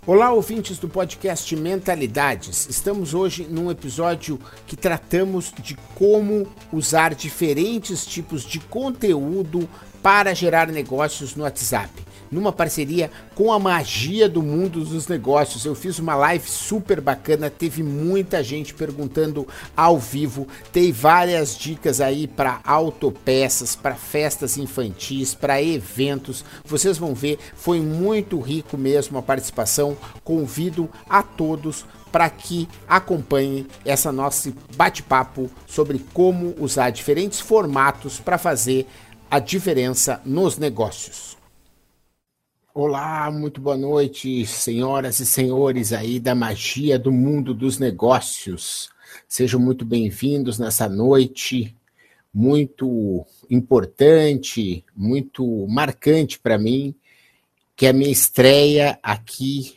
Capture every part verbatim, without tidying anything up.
Olá, ouvintes do podcast Mentalidades. Estamos hoje num episódio que tratamos de como usar diferentes tipos de conteúdo para gerar negócios no WhatsApp, numa parceria com a magia do mundo dos negócios. Eu fiz uma live super bacana, teve muita gente perguntando ao vivo, tem várias dicas aí para autopeças, para festas infantis, para eventos. Vocês vão ver, foi muito rico mesmo a participação. Convido a todos para que acompanhem essa nosso bate-papo sobre como usar diferentes formatos para fazer a diferença nos negócios. Olá, muito boa noite, senhoras e senhores aí da magia do mundo dos negócios. Sejam muito bem-vindos nessa noite muito importante, muito marcante para mim, que é a minha estreia aqui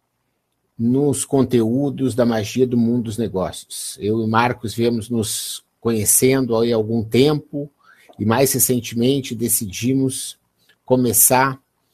nos conteúdos da magia do mundo dos negócios. Eu e o Marcos viemos nos conhecendo há algum tempo e mais recentemente decidimos começar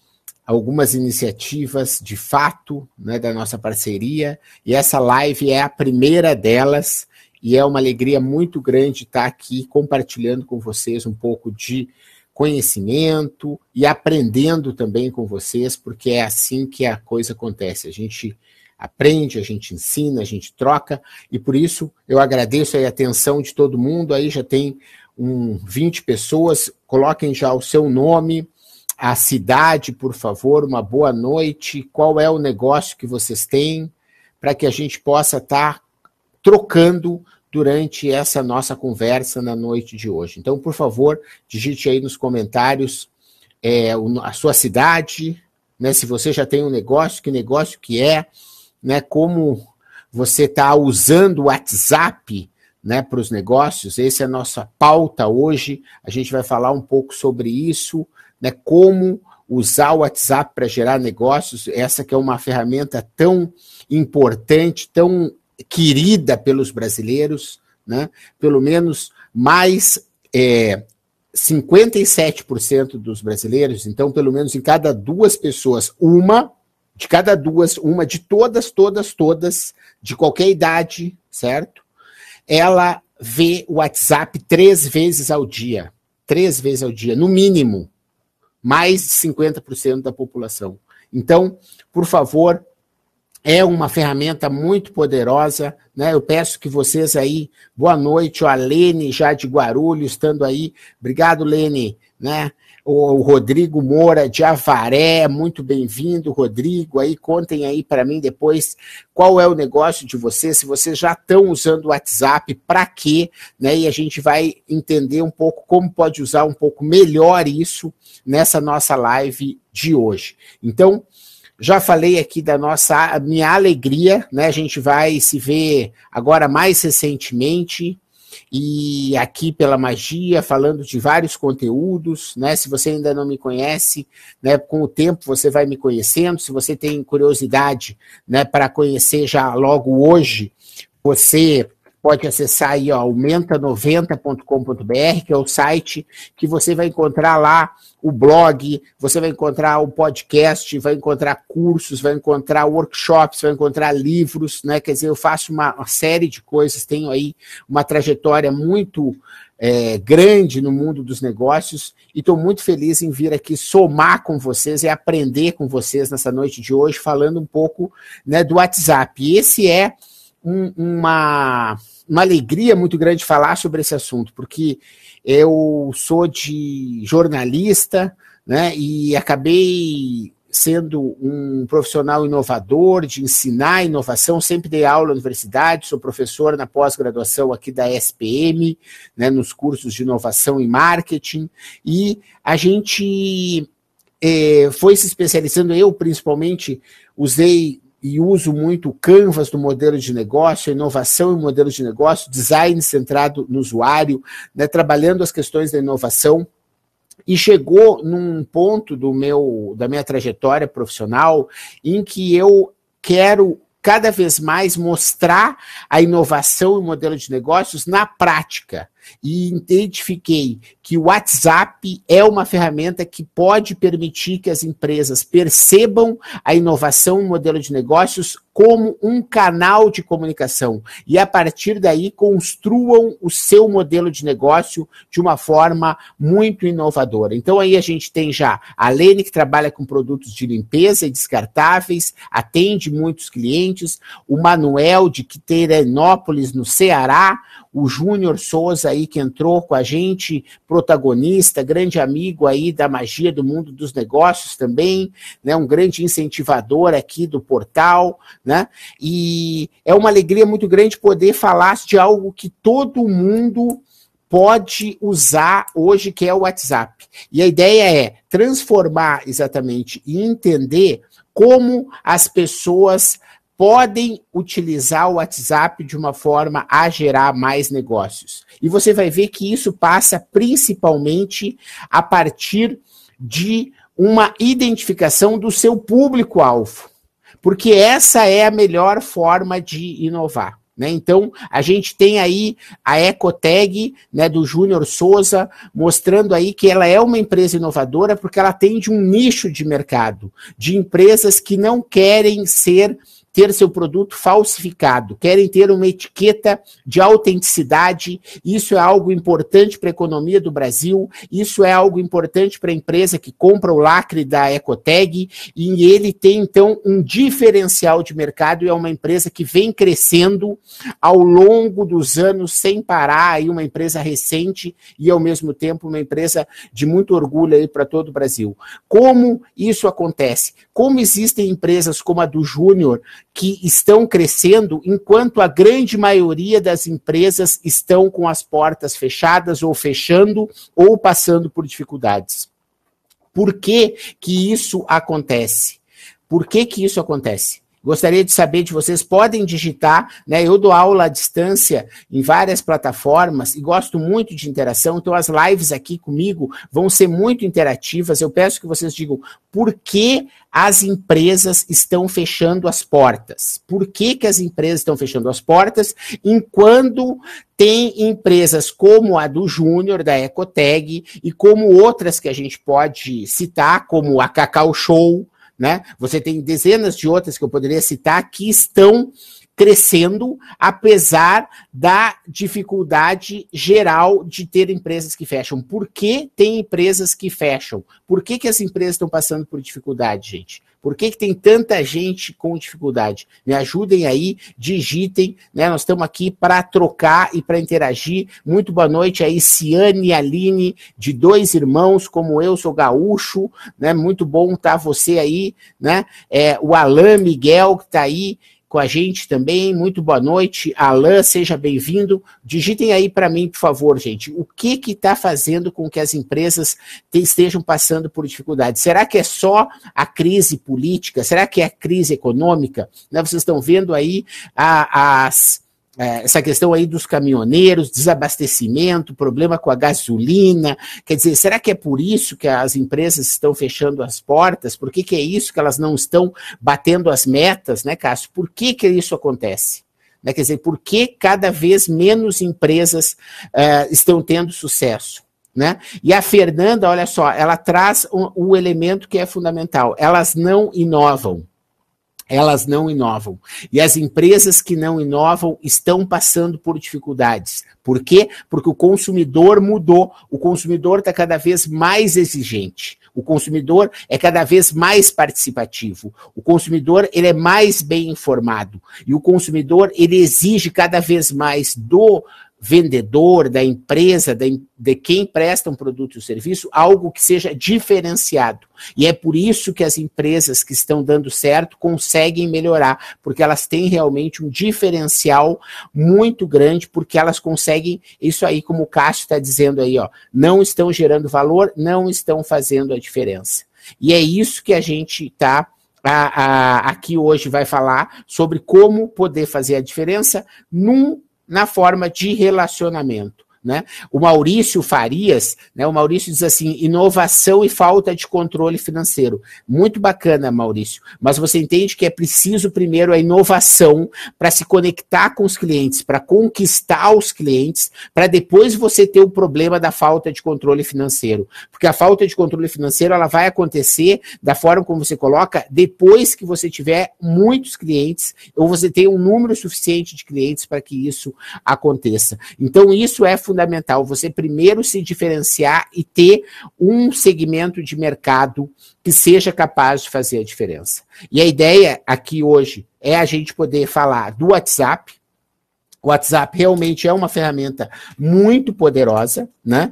algumas iniciativas de fato, né, da nossa parceria, e essa live é a primeira delas, e é uma alegria muito grande estar aqui compartilhando com vocês um pouco de conhecimento e aprendendo também com vocês, porque é assim que a coisa acontece. A gente aprende, a gente ensina, a gente troca, e por isso eu agradeço aí a atenção de todo mundo. Aí já tem um, vinte pessoas, coloquem já o seu nome, a cidade, por favor, uma boa noite, qual é o negócio que vocês têm, para que a gente possa estar trocando durante essa nossa conversa na noite de hoje. Então, por favor, digite aí nos comentários é, a sua cidade, né, se você já tem um negócio, que negócio que é, né, como você está usando o WhatsApp, né, para os negócios. Essa é a nossa pauta hoje. A gente vai falar um pouco sobre isso, né, como usar o WhatsApp para gerar negócios. Essa que é uma ferramenta tão importante, tão querida pelos brasileiros, né? Pelo menos mais é, cinquenta e sete por cento dos brasileiros, então pelo menos em cada duas pessoas, uma, de cada duas, uma de todas, todas, todas, de qualquer idade, certo? Ela vê o WhatsApp três vezes ao dia, três vezes ao dia, no mínimo, mais de cinquenta por cento da população. Então, por favor, é uma ferramenta muito poderosa, né? Eu peço que vocês aí, boa noite, ó, a Lene já de Guarulhos, estando aí, obrigado, Lene, né? O Rodrigo Moura de Avaré, muito bem-vindo, Rodrigo, aí contem aí para mim depois qual é o negócio de vocês, se vocês já estão usando o WhatsApp, para quê, né? E a gente vai entender um pouco como pode usar um pouco melhor isso nessa nossa live de hoje. Então, já falei aqui da nossa, minha alegria, né? A gente vai se ver agora mais recentemente e aqui pela magia, falando de vários conteúdos, né? Se você ainda não me conhece, né, com o tempo você vai me conhecendo. Se você tem curiosidade, né, para conhecer já logo hoje, você pode acessar aí, ó, aumenta noventa ponto com ponto br, que é o site que você vai encontrar lá o blog, você vai encontrar o podcast, vai encontrar cursos, vai encontrar workshops, vai encontrar livros, né? Quer dizer, eu faço uma, uma série de coisas, tenho aí uma trajetória muito é, grande no mundo dos negócios e estou muito feliz em vir aqui somar com vocês e aprender com vocês nessa noite de hoje, falando um pouco, né, do WhatsApp. E esse é um, uma... uma alegria muito grande falar sobre esse assunto, porque eu sou de jornalista, né, e acabei sendo um profissional inovador, de ensinar inovação, sempre dei aula na universidade, sou professor na pós-graduação aqui da S P M, né, nos cursos de inovação e marketing, e a gente eh, foi se especializando, eu principalmente usei e uso muito o Canvas do modelo de negócio, inovação e modelo de negócio, design centrado no usuário, né, trabalhando as questões da inovação, e chegou num ponto do meu, da minha trajetória profissional em que eu quero cada vez mais mostrar a inovação e o modelo de negócios na prática. e identifiquei que o WhatsApp é uma ferramenta que pode permitir que as empresas percebam a inovação no modelo de negócios como um canal de comunicação e, a partir daí, construam o seu modelo de negócio de uma forma muito inovadora. Então, aí a gente tem já a Lene, que trabalha com produtos de limpeza e descartáveis, atende muitos clientes, o Manuel, de Quiteiranópolis, no Ceará, o Júnior Souza aí, que entrou com a gente, protagonista, grande amigo aí da magia do mundo dos negócios também, né, um grande incentivador aqui do portal, né, e é uma alegria muito grande poder falar de algo que todo mundo pode usar hoje, que é o WhatsApp. E a ideia é transformar exatamente e entender como as pessoas podem utilizar o WhatsApp de uma forma a gerar mais negócios. E você vai ver que isso passa principalmente a partir de uma identificação do seu público-alvo, porque essa é a melhor forma de inovar. Né? Então, a gente tem aí a Ecotag, né, do Júnior Souza, mostrando aí que ela é uma empresa inovadora porque ela atende um nicho de mercado, de empresas que não querem ser ter seu produto falsificado, querem ter uma etiqueta de autenticidade. Isso é algo importante para a economia do Brasil, isso é algo importante para a empresa que compra o lacre da Ecotag, e ele tem, então, um diferencial de mercado, e é uma empresa que vem crescendo ao longo dos anos sem parar, aí uma empresa recente e, ao mesmo tempo, uma empresa de muito orgulho aí para todo o Brasil. Como isso acontece? Como existem empresas como a do Júnior, que estão crescendo, enquanto a grande maioria das empresas estão com as portas fechadas, ou fechando, ou passando por dificuldades. Por que que isso acontece? Por que que isso acontece? Gostaria de saber de vocês, podem digitar, né? Eu dou aula à distância em várias plataformas e gosto muito de interação, então as lives aqui comigo vão ser muito interativas. Eu peço que vocês digam por que as empresas estão fechando as portas. Por que que as empresas estão fechando as portas, enquanto tem empresas como a do Júnior, da Ecotag, e como outras que a gente pode citar, como a Cacau Show, né? Você tem dezenas de outras que eu poderia citar que estão crescendo, apesar da dificuldade geral de ter empresas que fecham. Por que tem empresas que fecham? Por que que as empresas estão passando por dificuldade, gente? Por que que tem tanta gente com dificuldade? Me ajudem aí, digitem, né? Nós estamos aqui para trocar e para interagir. Muito boa noite aí, Ciane e Aline, de dois irmãos, como eu, sou gaúcho, né? Muito bom estar você aí, né? É, o Alain Miguel, que está aí com a gente também, muito boa noite, Alain, seja bem-vindo. Digitem aí para mim, por favor, gente, o que que está fazendo com que as empresas te, estejam passando por dificuldades? Será que é só a crise política? Será que é a crise econômica? Né, vocês estão vendo aí a, as... essa questão aí dos caminhoneiros, desabastecimento, problema com a gasolina, quer dizer, será que é por isso que as empresas estão fechando as portas? Por que que é isso que elas não estão batendo as metas, né, Cássio? Por que que isso acontece? Né, quer dizer, por que cada vez menos empresas uh, estão tendo sucesso? Né? E a Fernanda, olha só, ela traz um, um elemento que é fundamental, elas não inovam. Elas não inovam. E as empresas que não inovam estão passando por dificuldades. Por quê? Porque o consumidor mudou. O consumidor está cada vez mais exigente. O consumidor é cada vez mais participativo. O consumidor ele é mais bem informado. E o consumidor ele exige cada vez mais do vendedor, da empresa, de quem presta um produto ou serviço, algo que seja diferenciado. E é por isso que as empresas que estão dando certo conseguem melhorar, porque elas têm realmente um diferencial muito grande, porque elas conseguem, isso aí como o Cássio está dizendo aí, ó, não estão gerando valor, não estão fazendo a diferença. E é isso que a gente está aqui hoje vai falar sobre como poder fazer a diferença num na forma de relacionamento, né? O Maurício Farias, né? O Maurício diz assim, inovação e falta de controle financeiro. Muito bacana, Maurício, mas você entende que é preciso primeiro a inovação para se conectar com os clientes, para conquistar os clientes, para depois você ter o problema da falta de controle financeiro. Porque a falta de controle financeiro ela vai acontecer da forma como você coloca, depois que você tiver muitos clientes, ou você tem um número suficiente de clientes para que isso aconteça. Então, isso é fundamental, você primeiro se diferenciar e ter um segmento de mercado que seja capaz de fazer a diferença. E a ideia aqui hoje é a gente poder falar do WhatsApp. O WhatsApp realmente é uma ferramenta muito poderosa, né?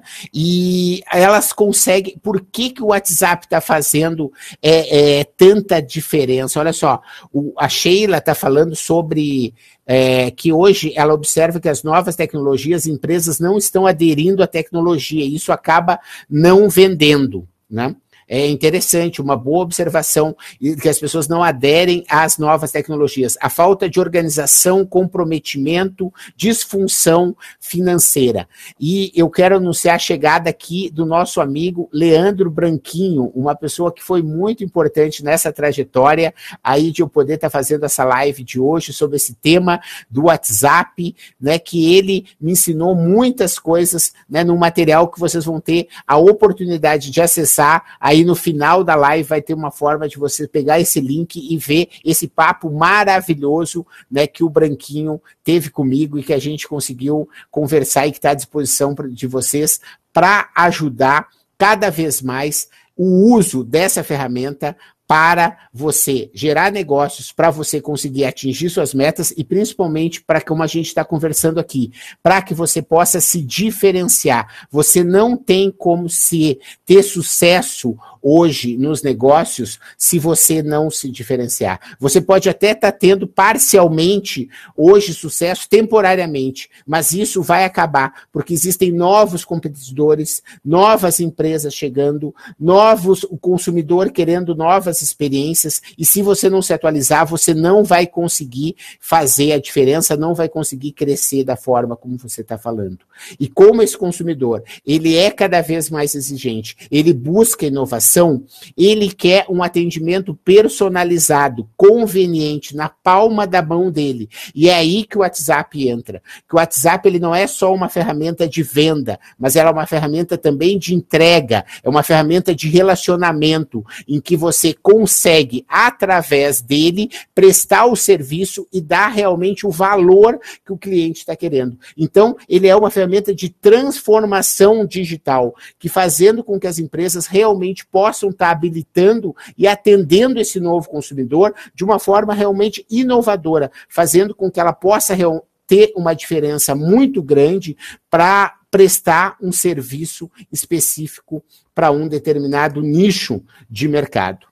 E elas conseguem... Por que, que o WhatsApp está fazendo é, é, tanta diferença? Olha só, o, a Sheila está falando sobre... É, que hoje ela observa que as novas tecnologias, empresas não estão aderindo à tecnologia, e isso acaba não vendendo, né? É interessante, uma boa observação, que as pessoas não aderem às novas tecnologias. A falta de organização, comprometimento, disfunção financeira. E eu quero anunciar a chegada aqui do nosso amigo Leandro Branquinho, uma pessoa que foi muito importante nessa trajetória aí de eu poder estar fazendo essa live de hoje sobre esse tema do WhatsApp, né, que ele me ensinou muitas coisas, né, num material que vocês vão ter a oportunidade de acessar. Aí no final da live vai ter uma forma de você pegar esse link e ver esse papo maravilhoso, né, que o Branquinho teve comigo e que a gente conseguiu conversar e que está à disposição de vocês para ajudar cada vez mais o uso dessa ferramenta para você gerar negócios, para você conseguir atingir suas metas e principalmente para, como a gente está conversando aqui, para que você possa se diferenciar. Você não tem como se ter sucesso hoje nos negócios se você não se diferenciar. Você pode até estar tendo parcialmente hoje sucesso temporariamente, mas isso vai acabar porque existem novos competidores, novas empresas chegando, novos, o consumidor querendo novas experiências, e se você não se atualizar, você não vai conseguir fazer a diferença, não vai conseguir crescer da forma como você está falando. E como esse consumidor, ele é cada vez mais exigente, ele busca inovação, ele quer um atendimento personalizado, conveniente, na palma da mão dele. E é aí que o WhatsApp entra. Que o WhatsApp ele não é só uma ferramenta de venda, mas ela é uma ferramenta também de entrega, é uma ferramenta de relacionamento, em que você consegue, através dele, prestar o serviço e dar realmente o valor que o cliente está querendo. Então, ele é uma ferramenta de transformação digital, que fazendo com que as empresas realmente possam estar habilitando e atendendo esse novo consumidor de uma forma realmente inovadora, fazendo com que ela possa ter uma diferença muito grande para prestar um serviço específico para um determinado nicho de mercado.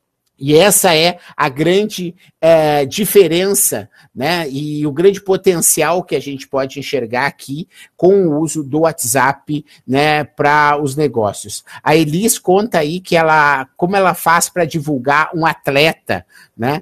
E essa é a grande é, diferença, né, e o grande potencial que a gente pode enxergar aqui com o uso do WhatsApp, né, para os negócios. A Elis conta aí que ela, como ela faz para divulgar um atleta, né,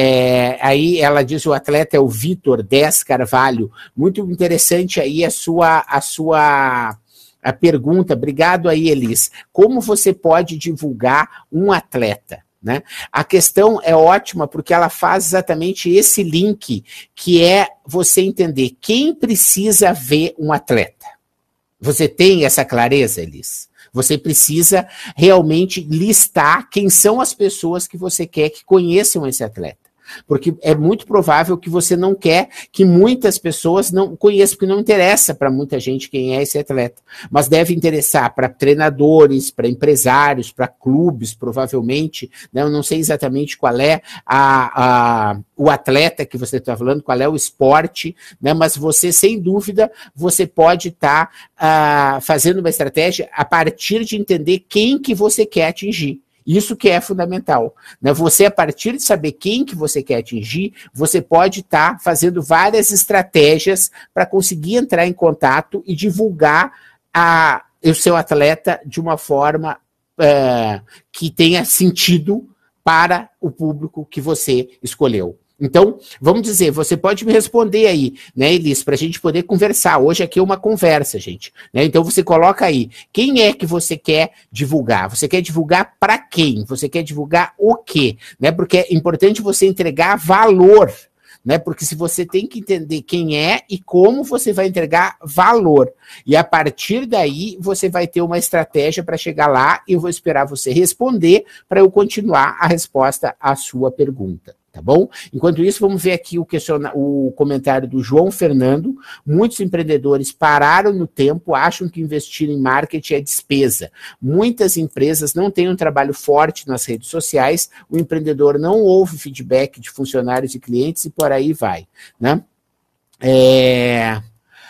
é, aí ela diz o atleta é o Vitor Dez Carvalho. Muito interessante aí a sua... A sua a pergunta, obrigado aí, Elis. Como você pode divulgar um atleta? Né? A questão é ótima porque ela faz exatamente esse link, que é você entender quem precisa ver um atleta. Você tem essa clareza, Elis? Você precisa realmente listar quem são as pessoas que você quer que conheçam esse atleta. Porque é muito provável que você não quer que muitas pessoas não conheçam, porque não interessa para muita gente quem é esse atleta. Mas deve interessar para treinadores, para empresários, para clubes, provavelmente. Né? Eu não sei exatamente qual é a, a, o atleta que você está falando, qual é o esporte, né? Mas você, sem dúvida, você pode estar tá, uh, fazendo uma estratégia a partir de entender quem que você quer atingir. Isso que é fundamental, né? Você, a partir de saber quem que você quer atingir, você pode estar tá fazendo várias estratégias para conseguir entrar em contato e divulgar a, o seu atleta de uma forma uh, que tenha sentido para o público que você escolheu. Então, vamos dizer, você pode me responder aí, né, Elis, para a gente poder conversar. Hoje aqui é uma conversa, gente. Né? Então, você coloca aí, quem é que você quer divulgar? Você quer divulgar para quem? Você quer divulgar o quê? Né? Porque é importante você entregar valor, né? Porque se você tem que entender quem é e como você vai entregar valor. E a partir daí, você vai ter uma estratégia para chegar lá e eu vou esperar você responder para eu continuar a resposta à sua pergunta. Tá bom? Enquanto isso, vamos ver aqui o, questiona- o comentário do João Fernando. Muitos empreendedores pararam no tempo, acham que investir em marketing é despesa. Muitas empresas não têm um trabalho forte nas redes sociais, o empreendedor não ouve feedback de funcionários e clientes e por aí vai, né? É...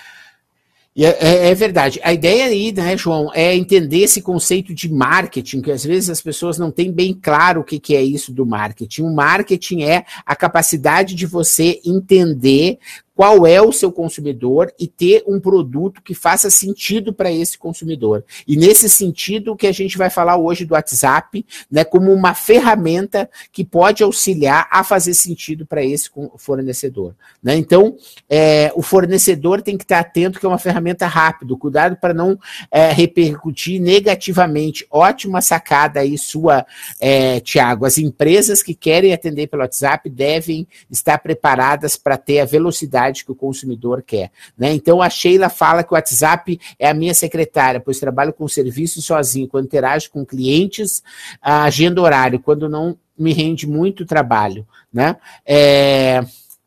E É, é- é verdade. A ideia aí, né, João, é entender esse conceito de marketing, que às vezes as pessoas não têm bem claro o que, que é isso do marketing. O marketing é a capacidade de você entender qual é o seu consumidor e ter um produto que faça sentido para esse consumidor. E nesse sentido que a gente vai falar hoje do WhatsApp, né, como uma ferramenta que pode auxiliar a fazer sentido para esse com- fornecedor. Né? Então, é, o fornecedor tem que estar atento que é uma ferramenta rápida, cuidado para não é, repercutir negativamente. Ótima sacada aí sua, é, Tiago. As empresas que querem atender pelo WhatsApp devem estar preparadas para ter a velocidade que o consumidor quer. Né? Então, a Sheila fala que o WhatsApp é a minha secretária, pois trabalho com serviço sozinho. Quando interajo com clientes, a agenda horário, quando não me rende muito trabalho. Né? É...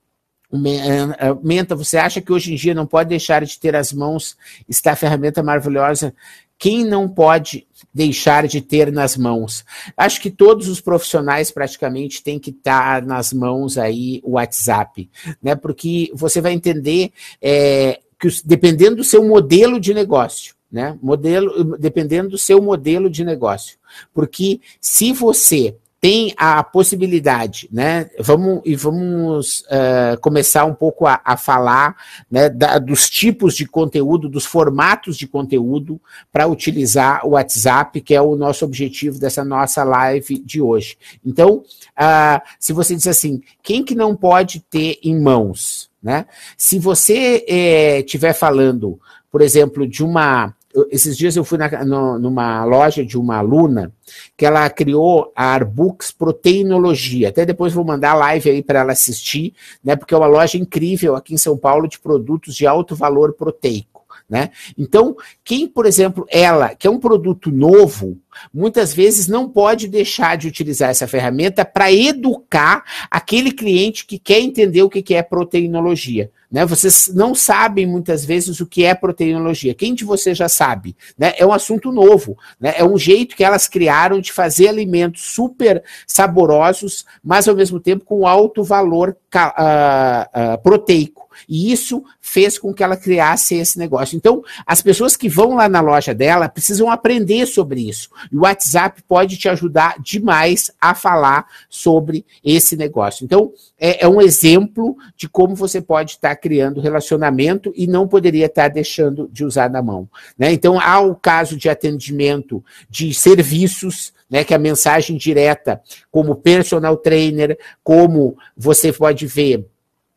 O Men- eh, Menta, você acha que hoje em dia não pode deixar de ter as mãos, está a ferramenta maravilhosa? Quem não pode deixar de ter nas mãos? Acho que todos os profissionais praticamente têm que estar nas mãos aí o WhatsApp, né? Porque você vai entender é, que os- dependendo do seu modelo de negócio, né? Modelo, dependendo do seu modelo de negócio. Porque se você tem a possibilidade, né? Vamos e vamos eh, começar um pouco a, a falar, né, da- dos tipos de conteúdo, dos formatos de conteúdo para utilizar o WhatsApp, que é o nosso objetivo dessa nossa live de hoje. Então, ah, se você diz assim, quem que não pode ter em mãos, né? Se você estiver falando, por exemplo, de uma eu- esses dias eu fui na- no- numa loja de uma aluna que ela criou a Arbux Proteinologia. Até depois vou mandar a live aí para ela assistir, né? Porque é uma loja incrível aqui em São Paulo de produtos de alto valor proteico. Né? Então, quem, por exemplo, ela, que é um produto novo, muitas vezes não pode deixar de utilizar essa ferramenta para educar aquele cliente que quer entender o que que é proteinologia. Né? Vocês não sabem muitas vezes o que é proteinologia. Quem de vocês já sabe? Né? É um assunto novo. Né? É um jeito que elas criaram de fazer alimentos super saborosos, mas ao mesmo tempo com alto valor ca- ah, ah, proteico. E isso fez com que ela criasse esse negócio. Então, as pessoas que vão lá na loja dela precisam aprender sobre isso. E o WhatsApp pode te ajudar demais a falar sobre esse negócio. Então, é, é um exemplo de como você pode estar criando relacionamento e não poderia estar deixando de usar na mão. Né? Então, há o caso de atendimento de serviços, né, que a mensagem direta, como personal trainer, como você pode ver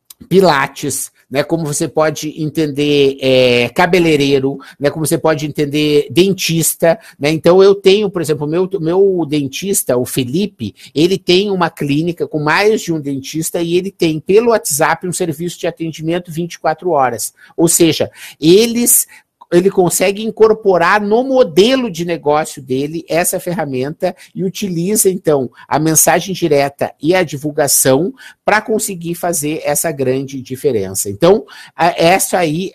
Pilates, né, como você pode entender é, cabeleireiro, né, como você pode entender dentista, né, então eu tenho, por exemplo, o meu, meu dentista, o Felipe, ele tem uma clínica com mais de um dentista e ele tem pelo WhatsApp um serviço de atendimento vinte e quatro horas, ou seja, eles ele consegue incorporar no modelo de negócio dele essa ferramenta e utiliza, então, a mensagem direta e a divulgação para conseguir fazer essa grande diferença. Então, essa aí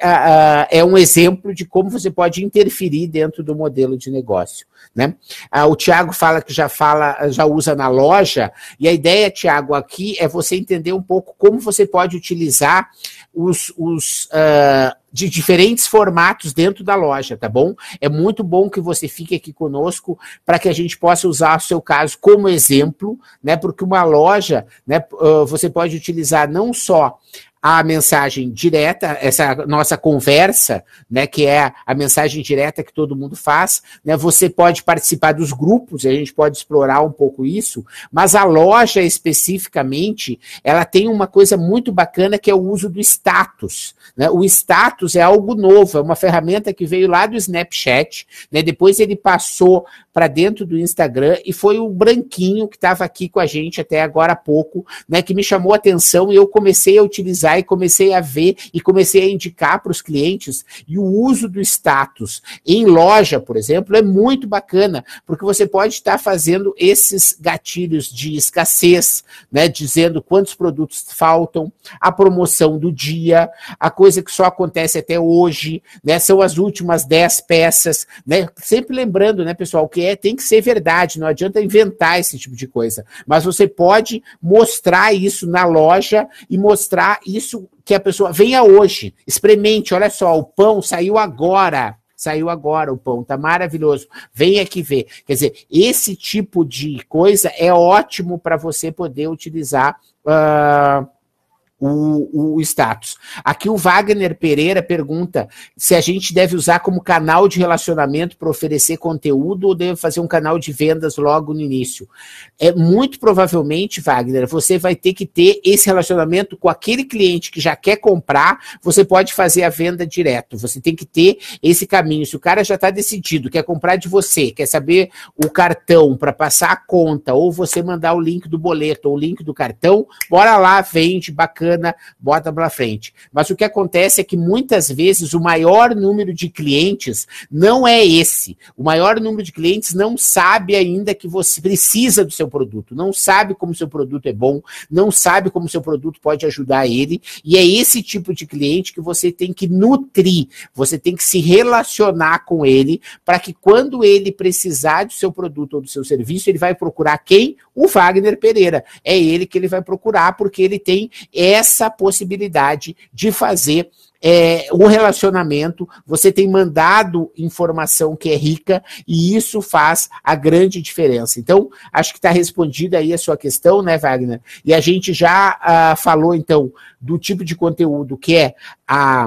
é um exemplo de como você pode interferir dentro do modelo de negócio. Né? O Tiago fala que já fala, já usa na loja, e a ideia, Tiago, aqui é você entender um pouco como você pode utilizar os, os uh, de diferentes formatos dentro da loja, tá bom? É muito bom que você fique aqui conosco para que a gente possa usar o seu caso como exemplo, né? Porque uma loja, né, uh, você pode utilizar não só a mensagem direta, essa nossa conversa, né, que é a mensagem direta que todo mundo faz, né, você pode participar dos grupos, a gente pode explorar um pouco isso, mas a loja especificamente, ela tem uma coisa muito bacana que é o uso do status, né? O status é algo novo, é uma ferramenta que veio lá do Snapchat, né, depois ele passou para dentro do Instagram e foi o Branquinho que estava aqui com a gente até agora há pouco, né, que me chamou a atenção e eu comecei a utilizar e comecei a ver e comecei a indicar para os clientes, e o uso do status em loja, por exemplo, é muito bacana, porque você pode estar fazendo esses gatilhos de escassez, né, dizendo quantos produtos faltam, a promoção do dia, a coisa que só acontece até hoje, né, são as últimas dez peças, né, sempre lembrando, né, pessoal, que é, tem que ser verdade, não adianta inventar esse tipo de coisa, mas você pode mostrar isso na loja e mostrar isso que a pessoa venha hoje, experimente, olha só, o pão saiu agora, saiu agora o pão, tá maravilhoso, vem aqui ver. Quer dizer, esse tipo de coisa é ótimo para você poder utilizar uh, O, o status. Aqui o Wagner Pereira pergunta se a gente deve usar como canal de relacionamento para oferecer conteúdo ou deve fazer um canal de vendas logo no início. É muito provavelmente, Wagner, você vai ter que ter esse relacionamento com aquele cliente que já quer comprar, você pode fazer a venda direto, você tem que ter esse caminho. Se o cara já está decidido, quer comprar de você, quer saber o cartão para passar a conta, ou você mandar o link do boleto ou o link do cartão, bora lá, vende, bacana, bota para frente. Mas o que acontece é que muitas vezes o maior número de clientes não é esse. O maior número de clientes não sabe ainda que você precisa do seu produto, não sabe como o seu produto é bom, não sabe como o seu produto pode ajudar ele, e é esse tipo de cliente que você tem que nutrir, você tem que se relacionar com ele, para que quando ele precisar do seu produto ou do seu serviço, ele vai procurar quem? O Wagner Pereira. É ele que ele vai procurar, porque ele tem essa possibilidade de fazer é, um relacionamento, você tem mandado informação que é rica e isso faz a grande diferença. Então, acho que está respondida aí a sua questão, né, Wagner? E a gente já ah, falou, então, do tipo de conteúdo que é a...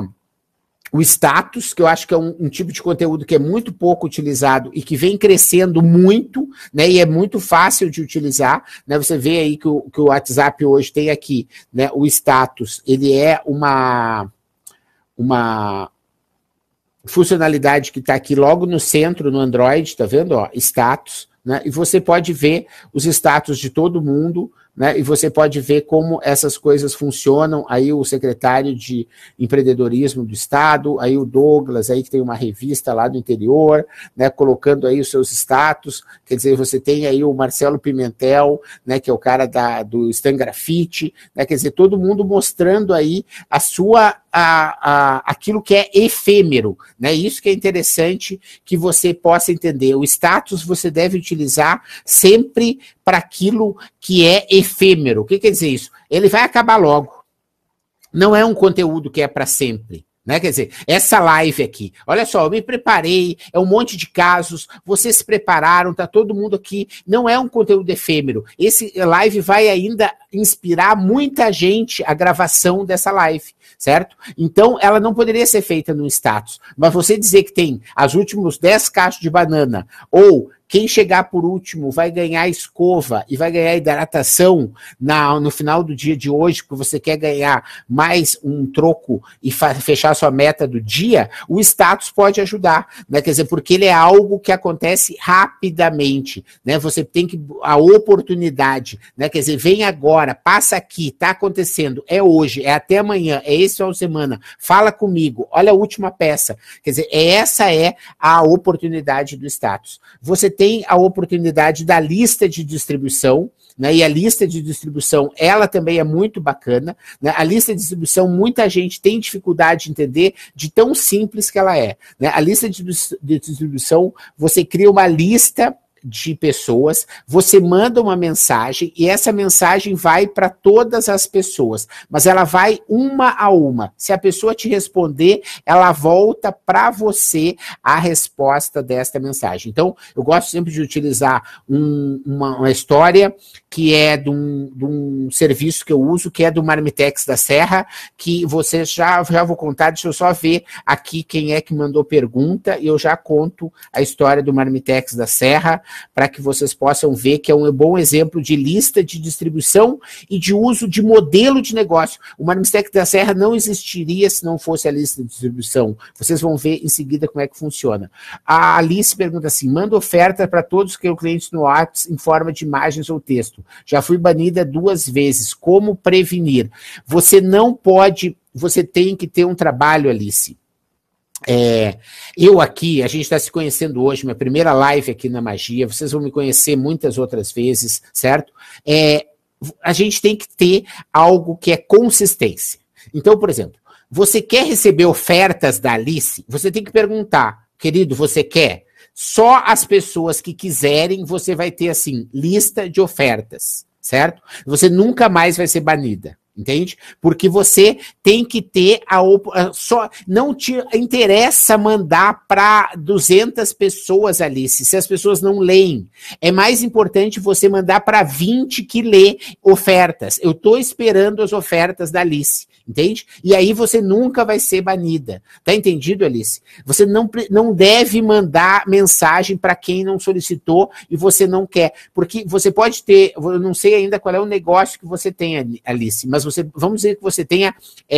o status, que eu acho que é um, um tipo de conteúdo que é muito pouco utilizado e que vem crescendo muito, né, e é muito fácil de utilizar, né, você vê aí que o, que o WhatsApp hoje tem aqui, né, o status, ele é uma, uma funcionalidade que está aqui logo no centro, no Android, tá vendo, ó, status, né, e você pode ver os status de todo mundo, né, e você pode ver como essas coisas funcionam, aí o secretário de empreendedorismo do estado, aí o Douglas, aí que tem uma revista lá do interior, né, colocando aí os seus status, quer dizer, você tem aí o Marcelo Pimentel, né, que é o cara da, do Stan Grafite, né, quer dizer, todo mundo mostrando aí a sua, a, a, aquilo que é efêmero, né, isso que é interessante que você possa entender, o status você deve utilizar sempre para aquilo que é efêmero. O que quer dizer isso? Ele vai acabar logo. Não é um conteúdo que é para sempre. Né? Quer dizer, essa live aqui, olha só, eu me preparei, é um monte de casos, vocês se prepararam, tá todo mundo aqui, não é um conteúdo efêmero. Esse live vai ainda inspirar muita gente a gravação dessa live, certo? Então, ela não poderia ser feita no status, mas você dizer que tem as últimos dez cachos de banana, ou quem chegar por último vai ganhar escova e vai ganhar hidratação na, no final do dia de hoje, porque você quer ganhar mais um troco e fechar sua meta do dia, o status pode ajudar, né? Quer dizer, porque ele é algo que acontece rapidamente, né? Você tem que, a oportunidade, né? Quer dizer, vem agora, passa aqui, tá acontecendo, é hoje, é até amanhã, é esse final de semana, fala comigo, olha a última peça. Quer dizer, essa é a oportunidade do status. Você tem a oportunidade da lista de distribuição, né? E a lista de distribuição, ela também é muito bacana, né? A lista de distribuição, muita gente tem dificuldade de entender de tão simples que ela é, né? A lista de distribuição, você cria uma lista de pessoas, você manda uma mensagem e essa mensagem vai para todas as pessoas, mas ela vai uma a uma. Se a pessoa te responder, ela volta para você a resposta desta mensagem. Então, eu gosto sempre de utilizar um, uma, uma história que é de um, de um serviço que eu uso, que é do Marmitex da Serra, que vocês já, já vou contar, deixa eu só ver aqui quem é que mandou pergunta, e eu já conto a história do Marmitex da Serra, para que vocês possam ver que é um bom exemplo de lista de distribuição e de uso de modelo de negócio. O Marmitex da Serra não existiria se não fosse a lista de distribuição. Vocês vão ver em seguida como é que funciona. A Alice pergunta assim, manda oferta para todos que eu clientes no WhatsApp em forma de imagens ou texto. Já fui banida duas vezes. Como prevenir? Você não pode, você tem que ter um trabalho, Alice. É, eu aqui, a gente está se conhecendo hoje, minha primeira live aqui na Magia, vocês vão me conhecer muitas outras vezes, certo? É, a gente tem que ter algo que é consistência. Então, por exemplo, você quer receber ofertas da Alice? Você tem que perguntar, querido, você quer? Só as pessoas que quiserem, você vai ter, assim, lista de ofertas, certo? Você nunca mais vai ser banida. Entende? Porque você tem que ter a, a só não te interessa mandar para duzentas pessoas, Alice, se as pessoas não leem. É mais importante você mandar para vinte que lê ofertas. Eu estou esperando as ofertas da Alice, entende? E aí você nunca vai ser banida. Tá entendido, Alice? Você não, não deve mandar mensagem para quem não solicitou e você não quer, porque você pode ter, eu não sei ainda qual é o negócio que você tem, Alice, mas você, vamos dizer que você tenha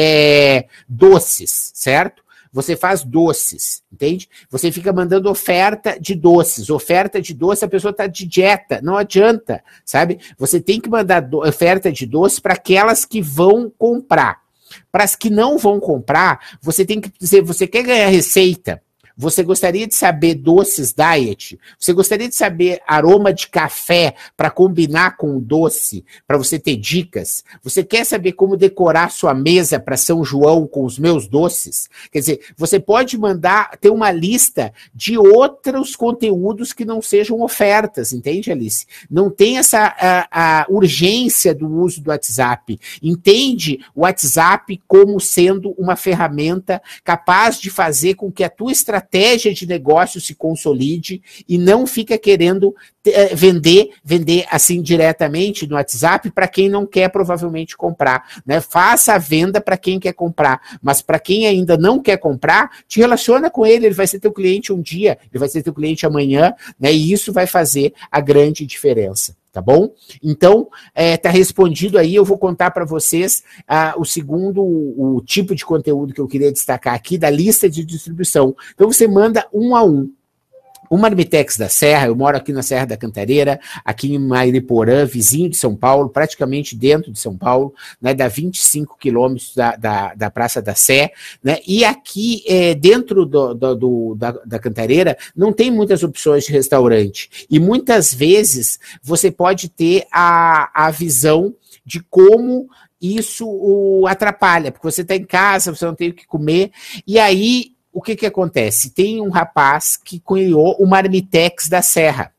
é, doces, certo? Você faz doces, entende? Você fica mandando oferta de doces. Oferta de doce, a pessoa está de dieta, não adianta, sabe? Você tem que mandar do, oferta de doce para aquelas que vão comprar. Para as que não vão comprar, você tem que dizer, você quer ganhar receita? Você gostaria de saber doces diet? Você gostaria de saber aroma de café para combinar com o doce, para você ter dicas? Você quer saber como decorar sua mesa para São João com os meus doces? Quer dizer, você pode mandar, ter uma lista de outros conteúdos que não sejam ofertas, entende, Alice? Não tem essa a, a urgência do uso do WhatsApp. Entende o WhatsApp como sendo uma ferramenta capaz de fazer com que a tua estratégia estratégia de negócio se consolide e não fica querendo eh, vender, vender assim diretamente no WhatsApp para quem não quer provavelmente comprar, né? Faça a venda para quem quer comprar, mas para quem ainda não quer comprar, te relaciona com ele, ele vai ser teu cliente um dia, ele vai ser teu cliente amanhã, né? E isso vai fazer a grande diferença. Tá bom? Então, é, tá respondido aí, eu vou contar para vocês ah, o segundo, o, o tipo de conteúdo que eu queria destacar aqui da lista de distribuição. Então, você manda um a um. O Marmitex da Serra, eu moro aqui na Serra da Cantareira, aqui em Mairiporã, vizinho de São Paulo, praticamente dentro de São Paulo, né, dá vinte e cinco quilômetros da, da, da Praça da Sé, né, e aqui é, dentro do, do, do, da, da Cantareira não tem muitas opções de restaurante, e muitas vezes você pode ter a, a visão de como isso o atrapalha, porque você está em casa, você não tem o que comer, e aí o que que acontece? Tem um rapaz que criou o Marmitex da Serra.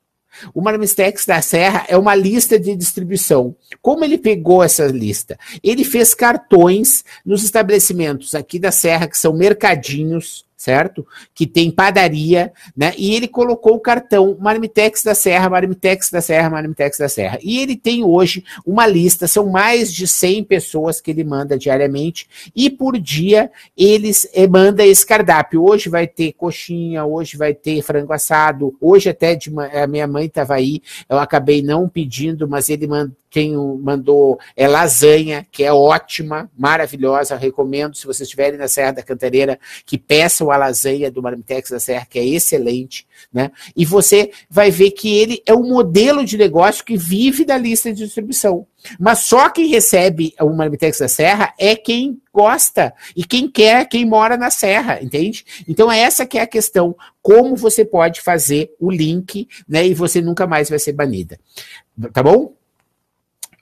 O Marmitex da Serra é uma lista de distribuição. Como ele pegou essa lista? Ele fez cartões nos estabelecimentos aqui da Serra, que são mercadinhos, certo? Que tem padaria, né? E ele colocou o cartão Marmitex da Serra, Marmitex da Serra, Marmitex da Serra. E ele tem hoje uma lista, são mais de cem pessoas que ele manda diariamente, e por dia eles eh, manda esse cardápio. Hoje vai ter coxinha, hoje vai ter frango assado, hoje até de, a minha mãe estava aí, eu acabei não pedindo, mas ele manda. Quem mandou é lasanha, que é ótima, maravilhosa, recomendo, se vocês estiverem na Serra da Cantareira, que peçam a lasanha do Marmitex da Serra, que é excelente, né? E você vai ver que ele é um modelo de negócio que vive da lista de distribuição. Mas só quem recebe o Marmitex da Serra é quem gosta e quem quer, quem mora na Serra, entende? Então essa que é a questão, como você pode fazer o link, né? E você nunca mais vai ser banida. Tá bom?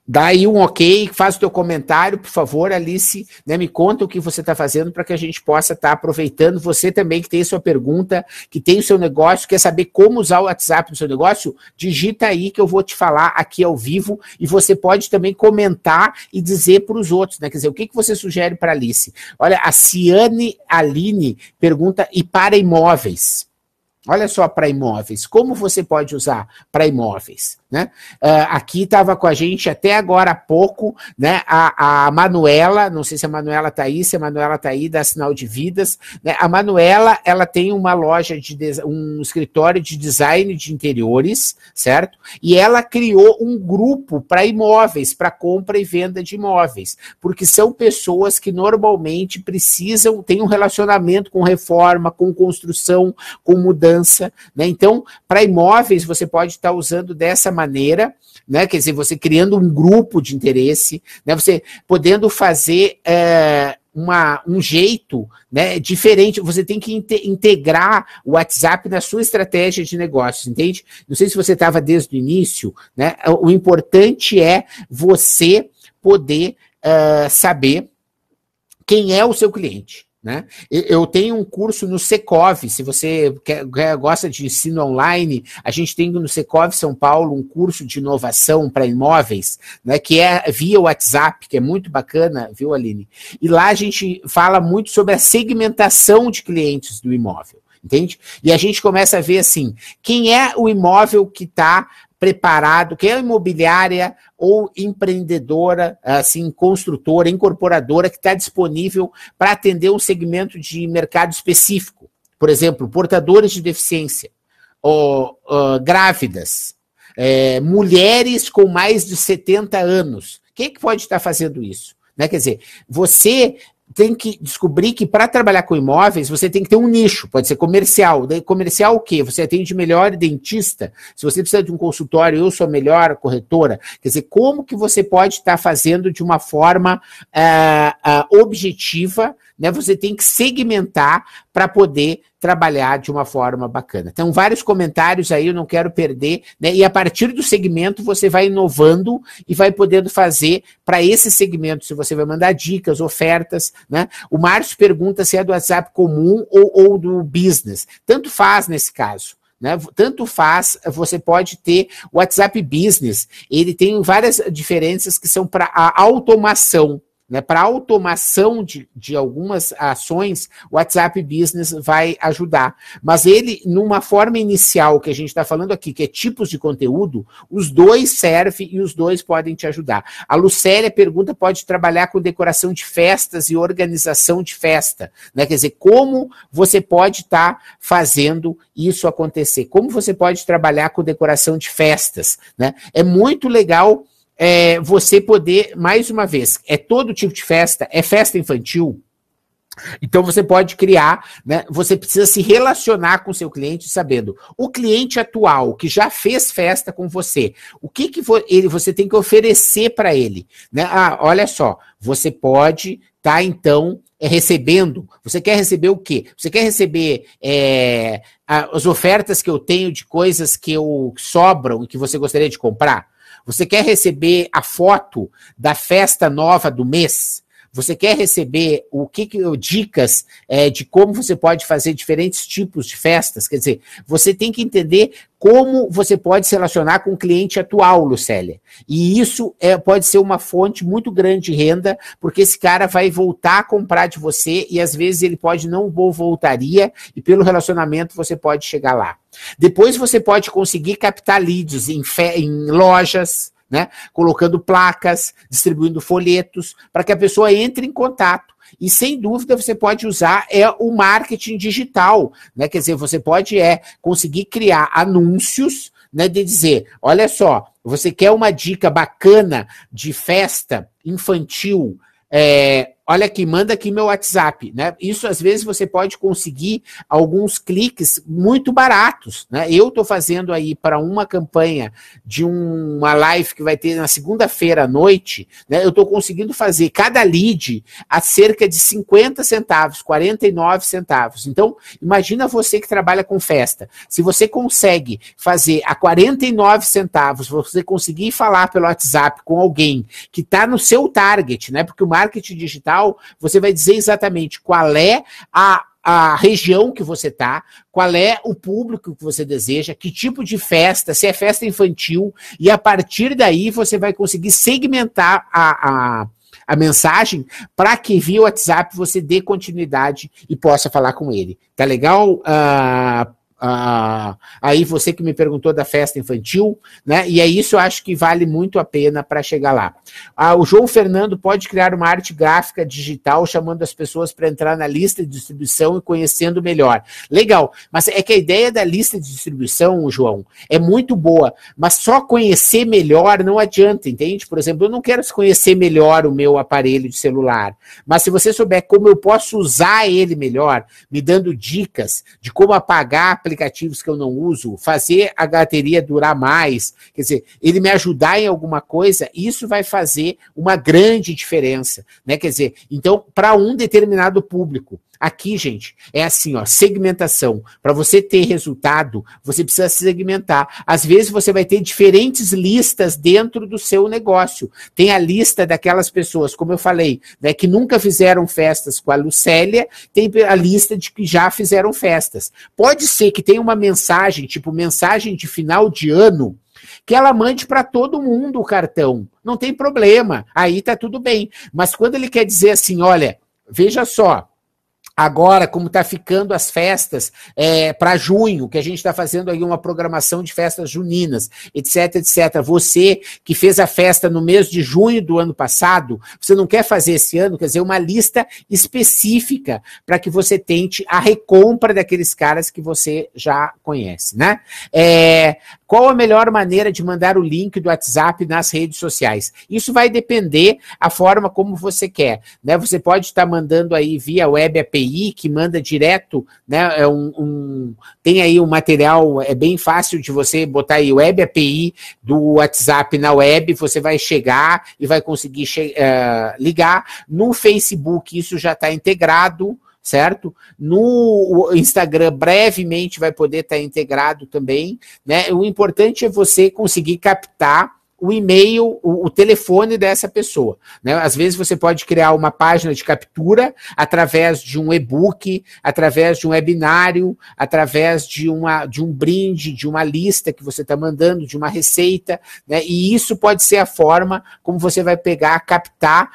Dá aí um ok, faz o teu comentário, por favor, Alice, né, me conta o que você está fazendo para que a gente possa estar tá aproveitando. Você também que tem sua pergunta, que tem o seu negócio, quer saber como usar o WhatsApp no seu negócio, digita aí que eu vou te falar aqui ao vivo e você pode também comentar e dizer para os outros, né? Quer dizer, o que, que você sugere para Alice? Olha, a Ciane Aline pergunta, e para imóveis? Olha só, para imóveis, como você pode usar para imóveis, né? Uh, aqui estava com a gente até agora há pouco, né, a, a Manuela, não sei se a Manuela está aí, se a Manuela está aí, da Sinal de Vidas, né? A Manuela, ela tem uma loja, de um escritório de design de interiores, certo? E ela criou um grupo para imóveis, para compra e venda de imóveis, porque são pessoas que normalmente precisam, têm um relacionamento com reforma, com construção, com mudança, né? Então, para imóveis, você pode estar usando dessa maneira, né? Quer dizer, você criando um grupo de interesse, né? Você podendo fazer é, uma, um jeito, né, diferente. Você tem que inte- integrar o WhatsApp na sua estratégia de negócios, entende? Não sei se você estava desde o início, né? O importante é você poder uh, saber quem é o seu cliente. Né? Eu tenho um curso no Secov, se você quer, gosta de ensino online, a gente tem no Secov São Paulo um curso de inovação para imóveis, né, que é via WhatsApp, que é muito bacana, viu, Aline? E lá a gente fala muito sobre a segmentação de clientes do imóvel, entende? E a gente começa a ver assim, quem é o imóvel que está preparado, quem é a imobiliária ou empreendedora, assim, construtora, incorporadora que está disponível para atender um segmento de mercado específico. Por exemplo, portadores de deficiência, ou, ou grávidas, é, mulheres com mais de setenta anos. Quem é que pode estar fazendo isso? Né? Quer dizer, você tem que descobrir que para trabalhar com imóveis, você tem que ter um nicho, pode ser comercial. Comercial o quê? Você atende melhor dentista? Se você precisa de um consultório, eu sou a melhor corretora. Quer dizer, como que você pode estar fazendo de uma forma uh, uh, objetiva, né? Você tem que segmentar para poder trabalhar de uma forma bacana. Então, vários comentários aí, eu não quero perder, né? E a partir do segmento, você vai inovando e vai podendo fazer para esse segmento, se você vai mandar dicas, ofertas, né? O Márcio pergunta se é do WhatsApp comum ou, ou do business. Tanto faz nesse caso. Né? Tanto faz, você pode ter o WhatsApp Business, ele tem várias diferenças que são para a automação. Né, para automação de, de algumas ações, o WhatsApp Business vai ajudar. Mas ele, numa forma inicial que a gente está falando aqui, que é tipos de conteúdo, os dois servem e os dois podem te ajudar. A Lucélia pergunta, pode trabalhar com decoração de festas e organização de festa. Né? Quer dizer, como você pode estar tá fazendo isso acontecer? Como você pode trabalhar com decoração de festas? Né? É muito legal. É, você poder, mais uma vez, é todo tipo de festa, é festa infantil, então você pode criar, né, você precisa se relacionar com o seu cliente sabendo, o cliente atual que já fez festa com você, o que, que ele, você tem que oferecer para ele, né? Ah, olha só, você pode estar tá, então é, recebendo, você quer receber o quê? Você quer receber é, as ofertas que eu tenho de coisas que eu sobram e que você gostaria de comprar? Você quer receber a foto da festa nova do mês? Você quer receber o que, que dicas é, de como você pode fazer diferentes tipos de festas? Quer dizer, você tem que entender como você pode se relacionar com o cliente atual, Lucélia. E isso é, pode ser uma fonte muito grande de renda, porque esse cara vai voltar a comprar de você e às vezes ele pode não voltaria e pelo relacionamento você pode chegar lá. Depois você pode conseguir captar leads em, fe- em lojas, né? Colocando placas, distribuindo folhetos, para que a pessoa entre em contato. E sem dúvida você pode usar é o marketing digital, né? Quer dizer, você pode é conseguir criar anúncios, né, de dizer, olha só, você quer uma dica bacana de festa infantil, é, olha aqui, manda aqui meu WhatsApp, né? Isso às vezes você pode conseguir alguns cliques muito baratos, né? Eu estou fazendo aí para uma campanha de um, uma live que vai ter na segunda-feira à noite, né? Eu estou conseguindo fazer cada lead a cerca de cinquenta centavos, quarenta e nove centavos. Então, imagina você que trabalha com festa. Se você consegue fazer a quarenta e nove centavos, você conseguir falar pelo WhatsApp com alguém que está no seu target, né? Porque o marketing digital você vai dizer exatamente qual é a, a região que você está, qual é o público que você deseja, que tipo de festa, se é festa infantil, e a partir daí você vai conseguir segmentar a, a, a mensagem para que via WhatsApp você dê continuidade e possa falar com ele. Tá legal? Uh, Ah, aí você que me perguntou da festa infantil, né? E é isso, eu acho que vale muito a pena para chegar lá. Ah, o João Fernando pode criar uma arte gráfica digital chamando as pessoas para entrar na lista de distribuição e conhecendo melhor. Legal, mas é que a ideia da lista de distribuição, João, é muito boa, mas só conhecer melhor não adianta, entende? Por exemplo, eu não quero conhecer melhor o meu aparelho de celular, mas se você souber como eu posso usar ele melhor, me dando dicas de como apagar aplicativos que eu não uso, fazer a bateria durar mais, quer dizer, ele me ajudar em alguma coisa, isso vai fazer uma grande diferença, né? Quer dizer, então, para um determinado público. Aqui, gente, é assim, ó, segmentação. Para você ter resultado, você precisa segmentar. Às vezes você vai ter diferentes listas dentro do seu negócio. Tem a lista daquelas pessoas, como eu falei, né, que nunca fizeram festas com a Lucélia, tem a lista de que já fizeram festas. Pode ser que tenha uma mensagem, tipo mensagem de final de ano, que ela mande para todo mundo o cartão. Não tem problema, aí tá tudo bem. Mas quando ele quer dizer assim, olha, veja só, agora, como está ficando as festas é, para junho, que a gente está fazendo aí uma programação de festas juninas, etc, etcétera. Você que fez a festa no mês de junho do ano passado, você não quer fazer esse ano, quer dizer, uma lista específica para que você tente a recompra daqueles caras que você já conhece, né? É, qual a melhor maneira de mandar o link do WhatsApp nas redes sociais? Isso vai depender a forma como você quer, né? Você pode estar mandando aí via Web A P I, que manda direto, né? É um, um, tem aí um material, é bem fácil de você botar aí Web A P I do WhatsApp na web, você vai chegar e vai conseguir uh, ligar. No Facebook isso já está integrado, certo? No Instagram brevemente vai poder estar integrado também, né? O importante é você conseguir captar o e-mail, o, o telefone dessa pessoa, né? Às vezes você pode criar uma página de captura através de um e-book, através de um webinário, através de, uma, de um brinde, de uma lista que você está mandando, de uma receita, né? E isso pode ser a forma como você vai pegar, captar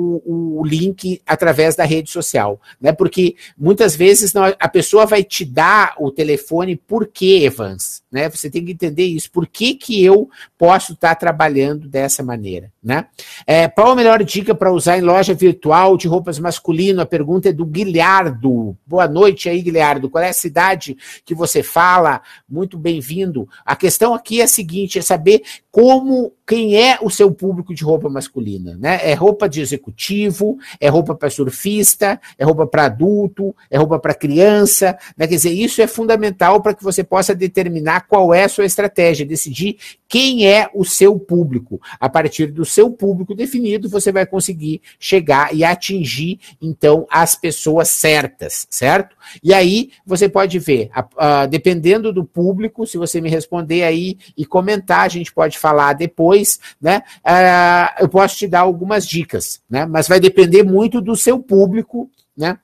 o, o link através da rede social, né? Porque muitas vezes não, a pessoa vai te dar o telefone, por quê, Evans? Né? Você tem que entender isso, por que que eu posso estar trabalhando trabalhando dessa maneira, né? É, qual a melhor dica para usar em loja virtual de roupas masculino? A pergunta é do Guilherdo. Boa noite aí, Guilherdo. Qual é a cidade que você fala? Muito bem-vindo. A questão aqui é a seguinte, é saber como, quem é o seu público de roupa masculina, né? É roupa de executivo, é roupa para surfista, é roupa para adulto, é roupa para criança, né? Quer dizer, isso é fundamental para que você possa determinar qual é a sua estratégia, decidir quem é o seu público. A partir do seu público definido, você vai conseguir chegar e atingir, então, as pessoas certas, certo? E aí, você pode ver, uh, dependendo do público, se você me responder aí e comentar, a gente pode falar depois, né? Uh, eu posso te dar algumas dicas, né? Mas vai depender muito do seu público, né?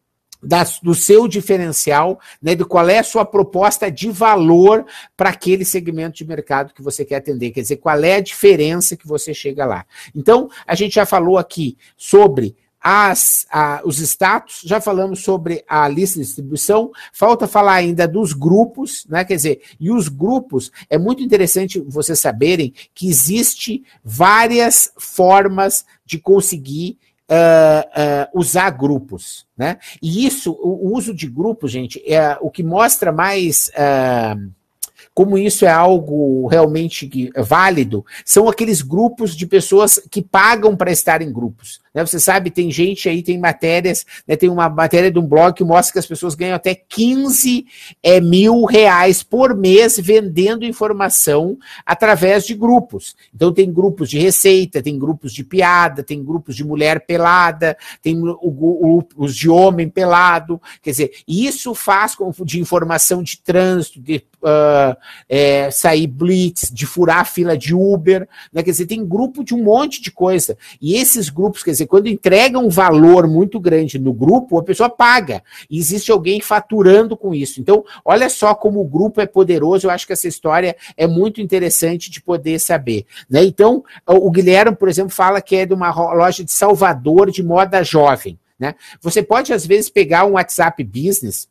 Da, do seu diferencial, né, de qual é a sua proposta de valor para aquele segmento de mercado que você quer atender, quer dizer, qual é a diferença que você chega lá. Então, a gente já falou aqui sobre As, a, os status, já falamos sobre a lista de distribuição, falta falar ainda dos grupos, né? Quer dizer, e os grupos, é muito interessante vocês saberem que existe várias formas de conseguir Uh, uh, usar grupos, né? E isso, o, o uso de grupos, gente, é o que mostra mais uh, como isso é algo realmente válido, são aqueles grupos de pessoas que pagam para estar em grupos, Né? Você sabe, tem gente aí, tem matérias, né? Tem uma matéria de um blog que mostra que as pessoas ganham até quinze é, mil reais por mês vendendo informação através de grupos. Então tem grupos de receita, tem grupos de piada, tem grupos de mulher pelada, tem grupos de homem pelado, quer dizer, isso faz com, de informação de trânsito, de uh, é, sair blitz, de furar a fila de Uber, né? Quer dizer, tem grupo de um monte de coisa. E esses grupos, quer dizer, quando entregam um valor muito grande no grupo, a pessoa paga. E existe alguém faturando com isso. Então, olha só como o grupo é poderoso. Eu acho que essa história é muito interessante de poder saber. Né? Então, o Guilherme, por exemplo, fala que é de uma loja de Salvador de moda jovem. Né? Você pode, às vezes, pegar um WhatsApp Business,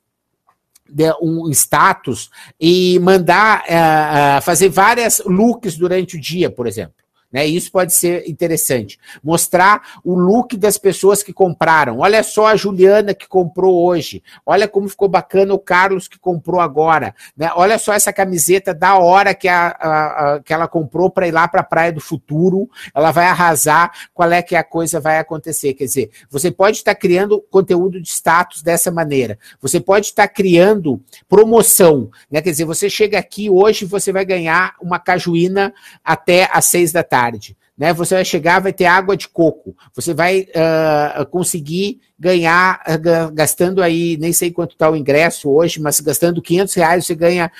um status, e mandar uh, fazer várias looks durante o dia, por exemplo. Né, isso pode ser interessante. Mostrar o look das pessoas que compraram. Olha só a Juliana que comprou hoje. Olha como ficou bacana o Carlos que comprou agora. Né? Olha só essa camiseta da hora que, a, a, a, que ela comprou para ir lá para a Praia do Futuro. Ela vai arrasar. Qual é que a coisa vai acontecer? Quer dizer, você pode estar criando conteúdo de status dessa maneira. Você pode estar criando promoção. Né? Quer dizer, você chega aqui hoje e você vai ganhar uma cajuína até às seis da tarde. Tarde, né? Você vai chegar, vai ter água de coco, você vai uh, conseguir ganhar, uh, gastando aí, nem sei quanto está o ingresso hoje, mas gastando quinhentos reais você ganha